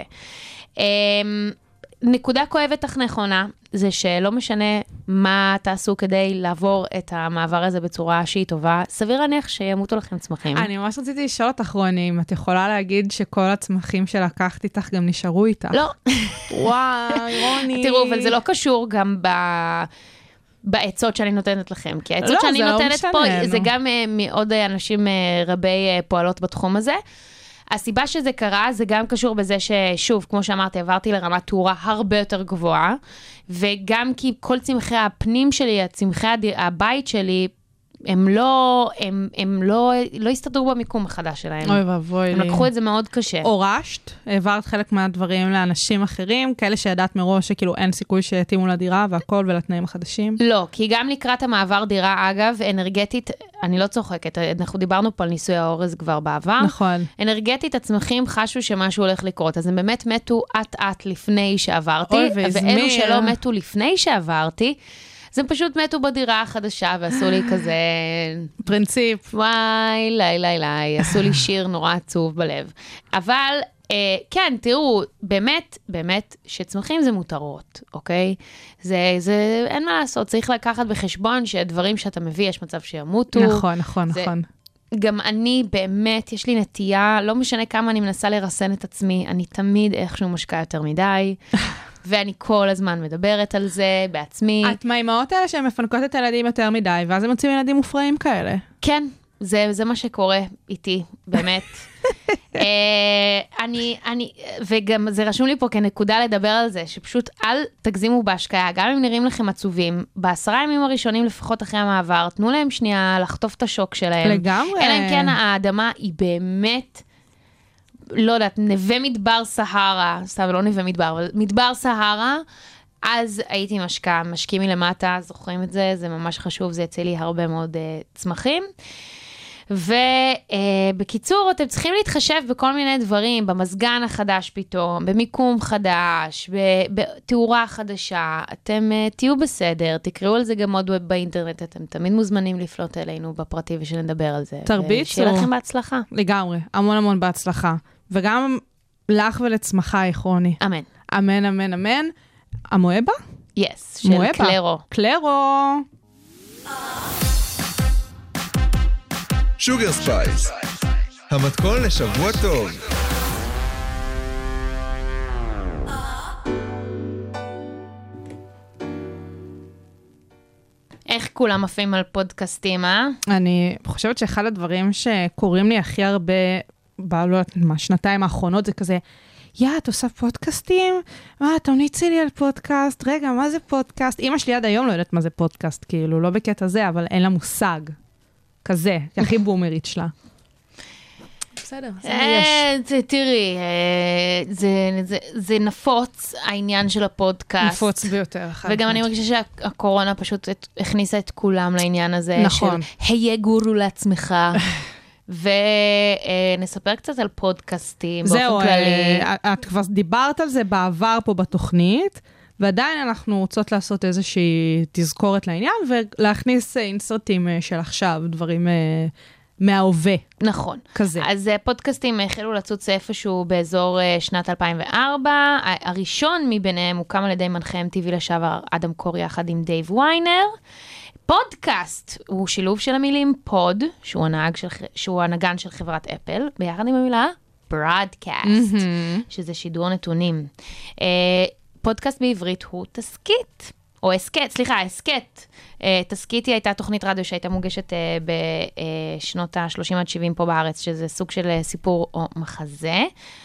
נקודה כואבת אך נכונה, זה שלא משנה מה תעשו כדי לעבור את המעבר הזה בצורה שהיא טובה, סביר להניח שימותו לכם צמחים. אני ממש רציתי לשאול אותך, רוני, אם את יכולה להגיד שכל הצמחים שלקחת איתך גם נשארו איתך. לא. וואי, רוני. תראו, אבל זה לא קשור גם ב... בעצות שאני נותנת לכם, כי העצות שאני נותנת פה, זה גם מעוד אנשים רבי פועלות בתחום הזה. הסיבה שזה קרה, זה גם קשור בזה ששוב, כמו שאמרתי, עברתי לרמת תאורה הרבה יותר גבוהה, וגם כי כל צמחי הפנים שלי, הצמחי הבית שלי, הם לא, הם, הם לא, לא הסתדרו במיקום החדש שלהם. אוי ואבוי לי. הם לקחו את זה מאוד קשה. הורשת, העברת חלק מהדברים לאנשים אחרים, כאלה שידעת מראש שכאילו אין סיכוי שיתאימו לדירה והכל ולתנאים החדשים? לא, כי גם לקראת המעבר דירה, אגב, אנרגטית, אני לא צוחקת, אנחנו דיברנו פה על ניסוי האורז כבר בעבר. נכון. אנרגטית, הצמחים חשו שמשהו הולך לקרות, אז הם באמת מתו עט-עט לפני שעברתי, אוי, והזמיר. ואלו שלא מתו לפני שעברתי, אז הם פשוט מתו בדירה החדשה, ועשו לי כזה... פרינציפ. וואי, לי, לי, לי, עשו לי שיר נורא עצוב בלב. אבל, אה, כן, תראו, באמת, באמת, שצמחים זה מותרות, אוקיי? זה, זה, אין מה לעשות, צריך לקחת בחשבון שדברים שאתה מביא, יש מצב שימותו. נכון, נכון, זה, נכון. גם אני באמת, יש לי נטייה, לא משנה כמה אני מנסה לרסן את עצמי, אני תמיד איכשהו משקעה יותר מדי. ואני כל הזמן מדברת על זה בעצמי. את מהאימהות האלה שהן מפנקות את הילדים יותר מדי, ואז הם מוצאים ילדים מופרעים כאלה. כן, זה, זה מה שקורה איתי, באמת. אני, אני, וגם זה רשום לי פה כנקודה לדבר על זה, שפשוט אל תגזימו בהשקעה, גם אם נראים לכם עצובים, בעשרה ימים הראשונים לפחות אחרי המעבר, תנו להם שנייה לחטוף את השוק שלהם. לגמרי. אלא אם כן האדמה היא באמת... לא יודעת, נווה מדבר סהרה, סתם לא נווה מדבר, אבל מדבר סהרה, אז הייתי משקעה, משקיעים מלמטה, זוכרים את זה, זה ממש חשוב, זה יצא לי הרבה מאוד uh, צמחים. ובקיצור, uh, אתם צריכים להתחשב בכל מיני דברים, במזגן החדש פתאום, במיקום חדש, בתאורה חדשה, אתם uh, תהיו בסדר, תקראו על זה גם עוד באינטרנט, אתם תמיד מוזמנים לפלוט אלינו בפרטי ושנדבר על זה. תרביצו. שיהיה לכם בהצלחה. לגמרי, המון המון בהצלחה. וגם לך ולצמחייך, רוני. אמן. אמן, אמן, אמן. המואבה? יס, של קלרו. קלרו. שוגר ספייס, המתכון לשבוע טוב. איך כולם עפים על פודקאסטים, אה? אני חושבת שאחד הדברים שקוראים לי הכי הרבה, בשנתיים האחרונות, זה כזה, יא, את עושה פודקאסטים? מה, תמליצי לי על פודקאסט? רגע, מה זה פודקאסט? אמא שלי עד היום לא יודעת מה זה פודקאסט, כאילו, לא בקטע זה, אבל אין לה מושג. כזה, הכי בומרית שלה. בסדר, זה יש. תראי, זה נפוץ העניין של הפודקאסט. נפוץ ביותר. וגם אני מרגישה שהקורונה פשוט הכניסה את כולם לעניין הזה. נכון. של היה גורו לעצמך. ונספר קצת על פודקאסטים באופן כללי. זהו, את כבר דיברת על זה בעבר פה בתוכנית, ועדיין אנחנו רוצות לעשות איזושהי תזכורת לעניין, ולהכניס אינסרטים של עכשיו, דברים מההווה. נכון. כזה. אז פודקאסטים החלו לצוץ איפשהו באזור שנת אלפיים וארבע. הראשון מביניהם הוקם על ידי מנחה אם טי וי לשעבר אדם קור יחד עם דייב ויינר. פודקאסט הוא שילוב של המילים פוד, שהוא הנהג של, שהוא הנגן של חברת אפל, ביחד עם המילה broadcast, mm-hmm. שזה שידור נתונים. פודקאסט בעברית הוא תסקית, או הסקט, סליחה, הסקט. תסקיתי הייתה תוכנית רדיו שהייתה מוגשת בשנות ה-שלושים עד שבעים פה בארץ, שזה סוג של סיפור או מחזה.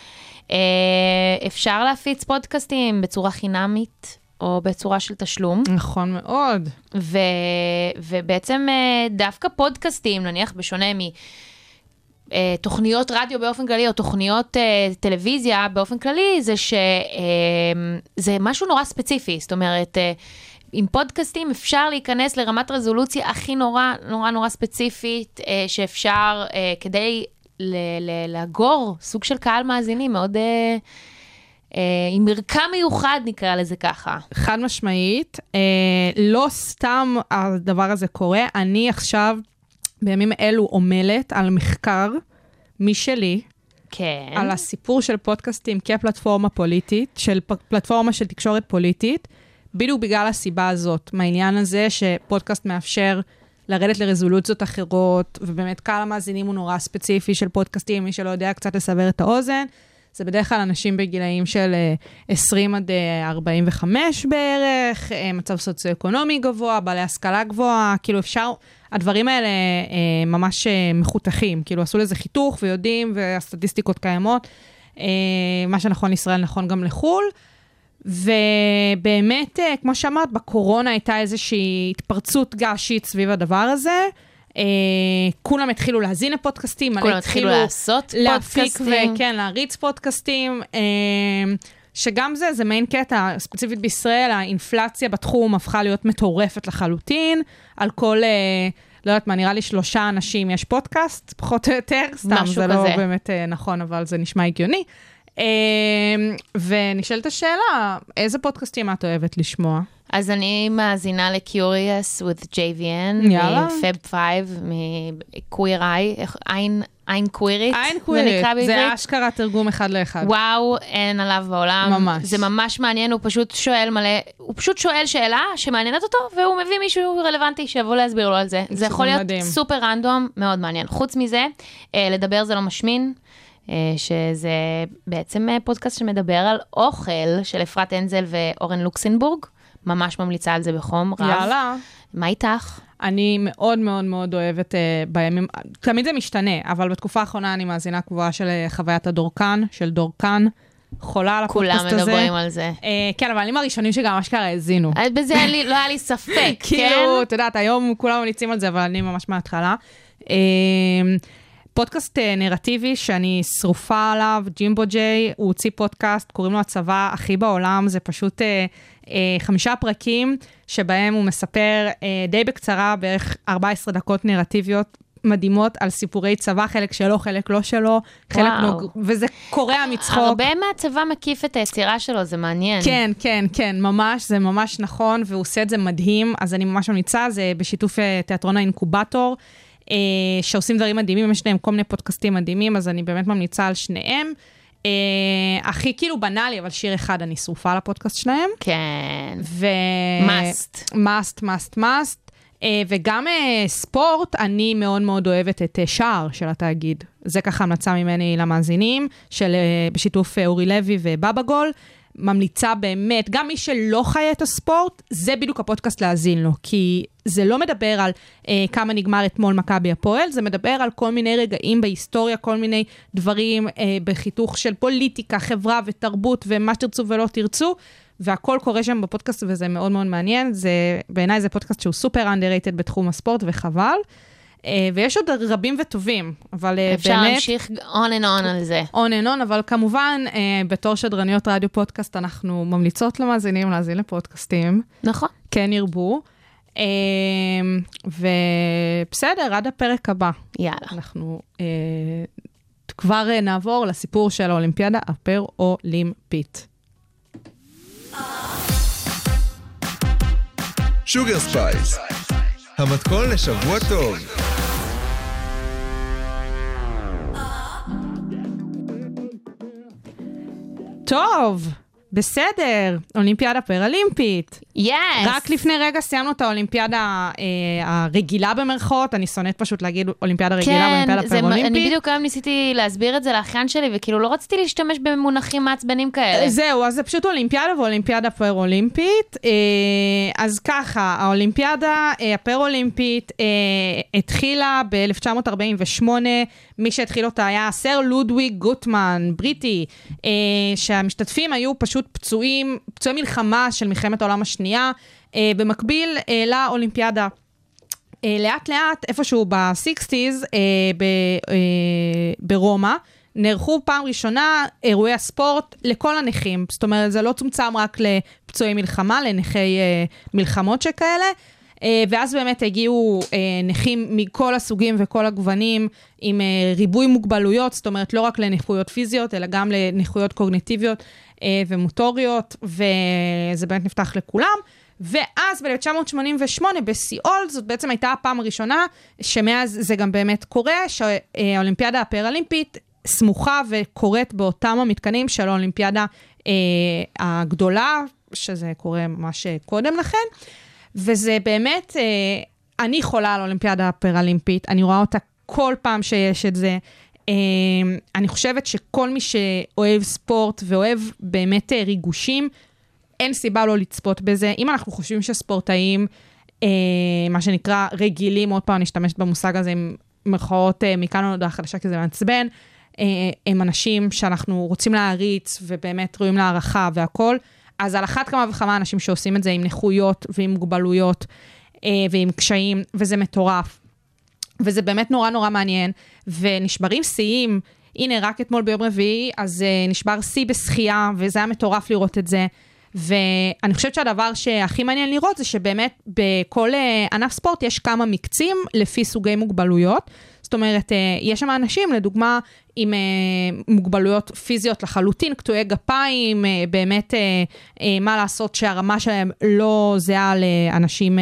אפשר להפיץ פודקאסטים בצורה חינמית, או בצורה של תשלום. נכון מאוד. ו, ובעצם דווקא פודקאסטים, נניח בשונה מתוכניות רדיו באופן כללי, או תוכניות טלוויזיה באופן כללי, זה שזה משהו נורא ספציפי. זאת אומרת, עם פודקאסטים אפשר להיכנס לרמת רזולוציה הכי נורא, נורא נורא ספציפית, שאפשר כדי לאגור סוג של קהל מאזינים מאוד... עם מרקם מיוחד, נקרא לזה ככה. חד משמעית, לא סתם הדבר הזה קורה, אני עכשיו בימים אלו עומלת על מחקר משלי, כן. על הסיפור של פודקאסטים כפלטפורמה פוליטית, של פלטפורמה של תקשורת פוליטית, בדיוק בגלל הסיבה הזאת, מהעניין הזה שפודקאסט מאפשר לרדת לרזולוציות אחרות, ובאמת קהל המאזינים הוא נורא ספציפי של פודקאסטים, מי שלא יודע קצת לסבר את האוזן, זה בדרך כלל אנשים בגילאים של עשרים עד ארבעים וחמש בערך, מצב סוציו-אקונומי גבוה, בעלי השכלה גבוהה, כאילו אפשר, הדברים האלה ממש מחותכים, כאילו עשו לזה חיתוך ויודעים, והסטטיסטיקות קיימות, מה שנכון לישראל נכון גם לחול, ובאמת, כמו שאמרת, בקורונה הייתה איזושהי התפרצות געשית סביב הדבר הזה, Uh, כולם התחילו להזין לפודקאסטים, כולם התחילו לעשות פודקאסטים. וכן, להריץ פודקאסטים, uh, שגם זה, זה מיין קטע, ספציפית בישראל, האינפלציה בתחום הפכה להיות מטורפת לחלוטין, על כל, uh, לא יודעת מה, נראה לי שלושה אנשים יש פודקאסט, פחות או יותר, סתם זה כזה. לא באמת uh, נכון, אבל זה נשמע הגיוני. Uh, ונשאלת השאלה, איזה פודקאסטים את אוהבת לשמוע? אז אני מאזינה ל-Curious with ג'יי וי אן, מ-Fab פייב, מ-Queer Eye, עין, עין קווירית, עין קווירית, זה, זה אשכרה תרגום אחד לאחד. וואו, אין עליו בעולם. ממש. זה ממש מעניין, הוא פשוט שואל מלא, הוא פשוט שואל שאלה שמעניינת אותו, והוא מביא מישהו רלוונטי שיבוא להסביר לו על זה. זה יכול להיות מדהים. סופר רנדום, מאוד מעניין. חוץ מזה, לדבר זה לא משמין, שזה בעצם פודקאסט שמדבר על אוכל של אפרת אנזל ואורן לוקסנבורג, ממש ממליצה על זה בחום רב. יאללה. מה איתך? אני מאוד מאוד מאוד אוהבת uh, בימים, תמיד זה משתנה, אבל בתקופה האחרונה אני מאזינה קבועה של uh, חוויית הדורקן, של דורקן, חולה על הפודקאסט הזה. כולם מדברים על זה. Uh, כן, אבל אני מהראשונים שגם אשכרה האזינו. בזה לא היה לי ספק, כן? כאילו, אתה יודעת, היום כולם מליצים על זה, אבל אני ממש מההתחלה. Uh, פודקאסט נרטיבי שאני שרופה עליו, ג'ימבו ג'יי, הוא הוציא פודקאסט, קוראים לו הצבא הכי בעולם, זה פשוט אה, אה, חמישה פרקים שבהם הוא מספר אה, די בקצרה, בערך ארבע עשרה דקות נרטיביות מדהימות על סיפורי צבא, חלק שלו, חלק לא שלו, חלק לא, וזה קורע מצחוק. הרבה מהצבא מקיף את היצירה שלו, זה מעניין. כן, כן, כן, ממש, זה ממש נכון, והוא עושה את זה מדהים, אז אני ממש ממליצה, זה בשיתוף תיאטרון האינקובטור, שעושים דברים מדהימים, יש להם כל מיני פודקאסטים מדהימים, אז אני באמת ממליצה על שניהם. הכי כאילו בנאלי, אבל שיר אחד אני שרופה על הפודקאסט שלהם. כן. ו... must. must, must, must. וגם ספורט, אני מאוד מאוד אוהבת את שער של התאגיד. זה ככה המלצה ממני למאזינים, של בשיתוף אורי לוי ובבא גול. ממליצה באמת, גם מי שלא חי את הספורט, זה בדיוק הפודקאסט להזין לו, כי זה לא מדבר על אה, כמה נגמר אתמול מכבי הפועל, זה מדבר על כל מיני רגעים בהיסטוריה, כל מיני דברים אה, בחיתוך של פוליטיקה, חברה ותרבות, ומה שתרצו ולא תרצו, והכל קורה שם בפודקאסט, וזה מאוד מאוד מעניין, זה, בעיניי זה פודקאסט שהוא סופר underrated בתחום הספורט, וחבל. ויש עוד רבים וטובים, אבל באמת... אפשר להמשיך on and on על זה. on and on, אבל כמובן, בתור שדרניות רדיו פודקאסט, אנחנו ממליצות למאזינים להאזין לפודקאסטים. נכון. כן ירבו. ובסדר, עד הפרק הבא. יאללה. אנחנו כבר נעבור לסיפור של האולימפיאדה הפראולימפית. שוגר ספייס. המתכון לשבוע טוב. טוב, בסדר, אולימפיאדה פראלימפית. יס. רק לפני רגע סיימנו את האולימפיאדה אה, הרגילה במרכאות, אני שונאת פשוט להגיד אולימפיאדה רגילה, כן, אולימפיאדה פראלימפית. אני בדיוק היום ניסיתי להסביר את זה לאחיין שלי, וכאילו לא רציתי להשתמש במונחים מעצבנים כאלה. זהו, אז זה פשוט אולימפיאדה ואולימפיאדה פראלימפית. אה, אז ככה, האולימפיאדה אה, הפראלימפית אה, התחילה ב-אלף תשע מאות ארבעים ושמונה, מי שהתחיל אותה היה סר לודוויג גוטמן, בריטי, אה, שהמשתתפים היו פשוט פצועים, פצועי מלחמה של מלחמת העולם השנייה, אה, במקביל אה, לאולימפיאדה. אה, לאט לאט, איפשהו ב-סיקסטיז, אה, ב, אה, ברומא, נערכו פעם ראשונה אירועי הספורט לכל הנכים. זאת אומרת, זה לא צומצם רק לפצועי מלחמה, לנכי אה, מלחמות שכאלה, ואז באמת הגיעו נכים מכל הסוגים וכל הגוונים, עם ריבוי מוגבלויות, זאת אומרת לא רק לנכויות פיזיות, אלא גם לנכויות קוגניטיביות ומוטוריות, וזה באמת נפתח לכולם. ואז ב-אלף תשע מאות שמונים ושמונה בסיאול, זאת בעצם הייתה הפעם הראשונה, שמאז זה גם באמת קורה, שהאולימפיאדה הפראלימפית סמוכה וקורית באותם המתקנים של האולימפיאדה הגדולה, שזה קורה ממש קודם לכן. וזה באמת, אני חולה על האולימפיאדה הפראלימפית, אני רואה אותה כל פעם שיש את זה. אני חושבת שכל מי שאוהב ספורט ואוהב באמת ריגושים, אין סיבה לא לצפות בזה. אם אנחנו חושבים שספורטאים, מה שנקרא רגילים, עוד פעם נשתמש במושג הזה עם מרכאות מכאן או הודעה חדשה, כי זה מעצבן, הם אנשים שאנחנו רוצים להריץ ובאמת רואים להערכה והכל, אז על אחת כמה וכמה אנשים שעושים את זה עם נכויות ועם מוגבלויות אה, ועם קשיים, וזה מטורף. וזה באמת נורא נורא מעניין, ונשברים שיאים, הנה רק אתמול ביום רביעי, אז אה, נשבר שיא בשחייה, וזה היה מטורף לראות את זה, ואני חושבת שהדבר שהכי מעניין לראות, זה שבאמת בכל אה, ענף ספורט יש כמה מקצים לפי סוגי מוגבלויות, זאת אומרת, יש שם אנשים, לדוגמה, עם מוגבלויות פיזיות לחלוטין, קטועי גפיים, באמת, מה לעשות שהרמה שלהם לא זהה לאנשים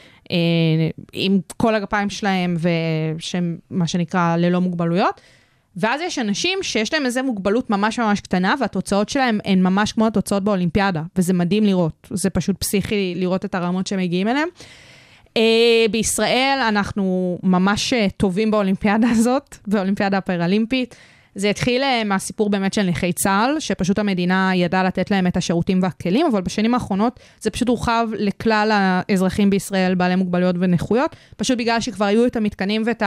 עם כל הגפיים שלהם, ושהם, מה שנקרא, ללא מוגבלויות. ואז יש אנשים שיש להם איזו מוגבלות ממש ממש קטנה, והתוצאות שלהם הן ממש כמו התוצאות באולימפיאדה, וזה מדהים לראות. זה פשוט פסיכי לראות את הרמות שהם מגיעים אליהם. Uh, בישראל אנחנו ממש uh, טובים באולימפיאדה הזאת, באולימפיאדה הפראלימפית. זה התחיל uh, מהסיפור באמת של נכי צה"ל, שפשוט המדינה ידעה לתת להם את השירותים והכלים, אבל בשנים האחרונות זה פשוט הורחב לכלל האזרחים בישראל, בעלי מוגבלויות ונכויות, פשוט בגלל שכבר היו את המתקנים ואת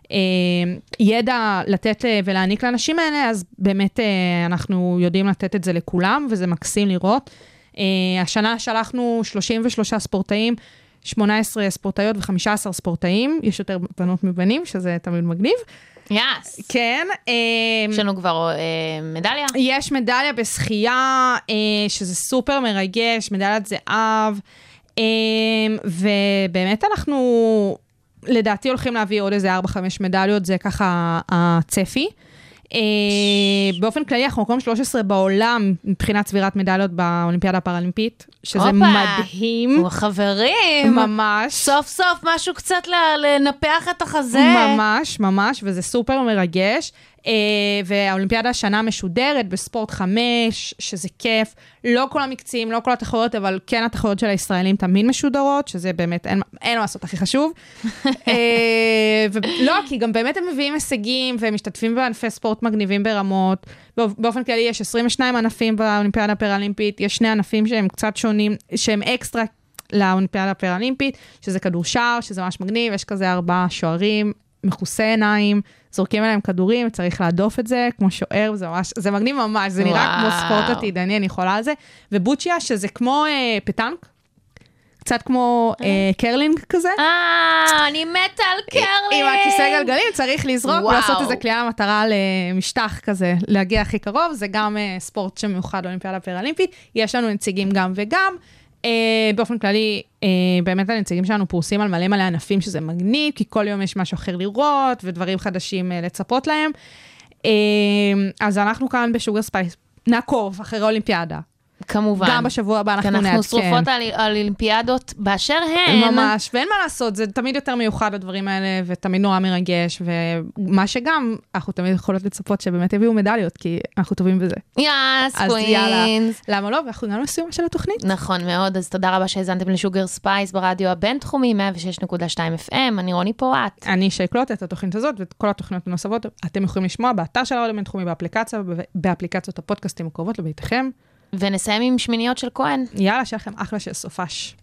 הידע uh, לתת uh, ולהעניק לאנשים האלה, אז באמת uh, אנחנו יודעים לתת את זה לכולם, וזה מקסים לראות. Uh, השנה שלחנו שלושים ושלושה ספורטאים, שמונה עשרה ספורטאיות ו-חמישה עשר ספורטאים, יש יותר בנות מבנים, שזה תמיד מגניב. יס. כן. יש לנו כבר מדליה? יש מדליה בשחייה, שזה סופר מרגש, מדליית זהב, ובאמת אנחנו, לדעתי הולכים להביא עוד איזה ארבע חמש מדליות, זה ככה הצפי. באופן כללי, אנחנו מקום שלוש עשרה בעולם, מבחינת צבירת מדליות באולימפיאדה הפראלימפית, שזה מדהים. חברים. ממש. סוף סוף משהו קצת לנפח את החזה. ממש, ממש, וזה סופר מרגש. והאולימפיאדה השנה משודרת בספורט חמש, שזה כיף. לא כל המקצים, לא כל התחרויות, אבל כן התחרויות של הישראלים תמיד משודרות, שזה באמת, אין, אין מה לעשות הכי חשוב. ולא, כי גם באמת הם מביאים הישגים, והם משתתפים בענפי ספורט מגניבים ברמות. באופן כללי יש עשרים ושניים ענפים באולימפיאדה הפראלימפית, יש שני ענפים שהם קצת שונים, שהם אקסטרה לאולימפיאדה הפראלימפית, שזה כדור שער, שזה ממש מגניב, יש כזה ארבעה שוערים, מכוסי עיניים, זורקים עליהם כדורים, צריך להדוף את זה, כמו שוער, זה ממש, זה מגניב ממש, זה נראה כמו ספורט עתידני, אני יכולה על זה, ובוצ'יה, שזה כמו אה, פטנק, קצת כמו אה, קרלינג כזה. אה, אני מתה על קרלינג. עם הכיסא גלגלים, צריך לזרוק, ולעשות איזה קליעה למטרה למשטח כזה, להגיע הכי קרוב, זה גם אה, ספורט שמיוחד באולימפיאדה הפראלימפית, יש לנו נציגים גם וגם, Uh, באופן כללי, uh, באמת הנציגים שלנו פורסים על מלא מלא ענפים שזה מגניב, כי כל יום יש משהו אחר לראות, ודברים חדשים uh, לצפות להם. Uh, אז אנחנו כאן בשוגר ספייס, נעקוב אחרי האולימפיאדה. כמובן. גם בשבוע הבא אנחנו נעדכן. אנחנו שרופות על, על אולימפיאדות באשר הן. ממש, ואין מה לעשות, זה תמיד יותר מיוחד הדברים האלה, ותמיד נורא מרגש, ומה שגם, אנחנו תמיד יכולות לצפות שבאמת יביאו מדליות, כי אנחנו טובים בזה. יאס, אז קווינס. יאללה, למה לא? ואנחנו גם לסיום של התוכנית. נכון מאוד, אז תודה רבה שהזנתם לשוגר ספייס ברדיו הבינתחומי, מאה ושש נקודה שתיים אף אם, אני רוני פורט. אני שייקלוט את התוכנית הזאת, ואת כל התוכניות הנוספות, אתם יכולים לשמוע באתר של הרדיו הבינתחומי, באפליקציה, באפליקציות הפודקאסטים הקרובות לביתכם. ונסיים עם שמיניות של כהן. יאללה, שיהיה לכם אחלה של סופש.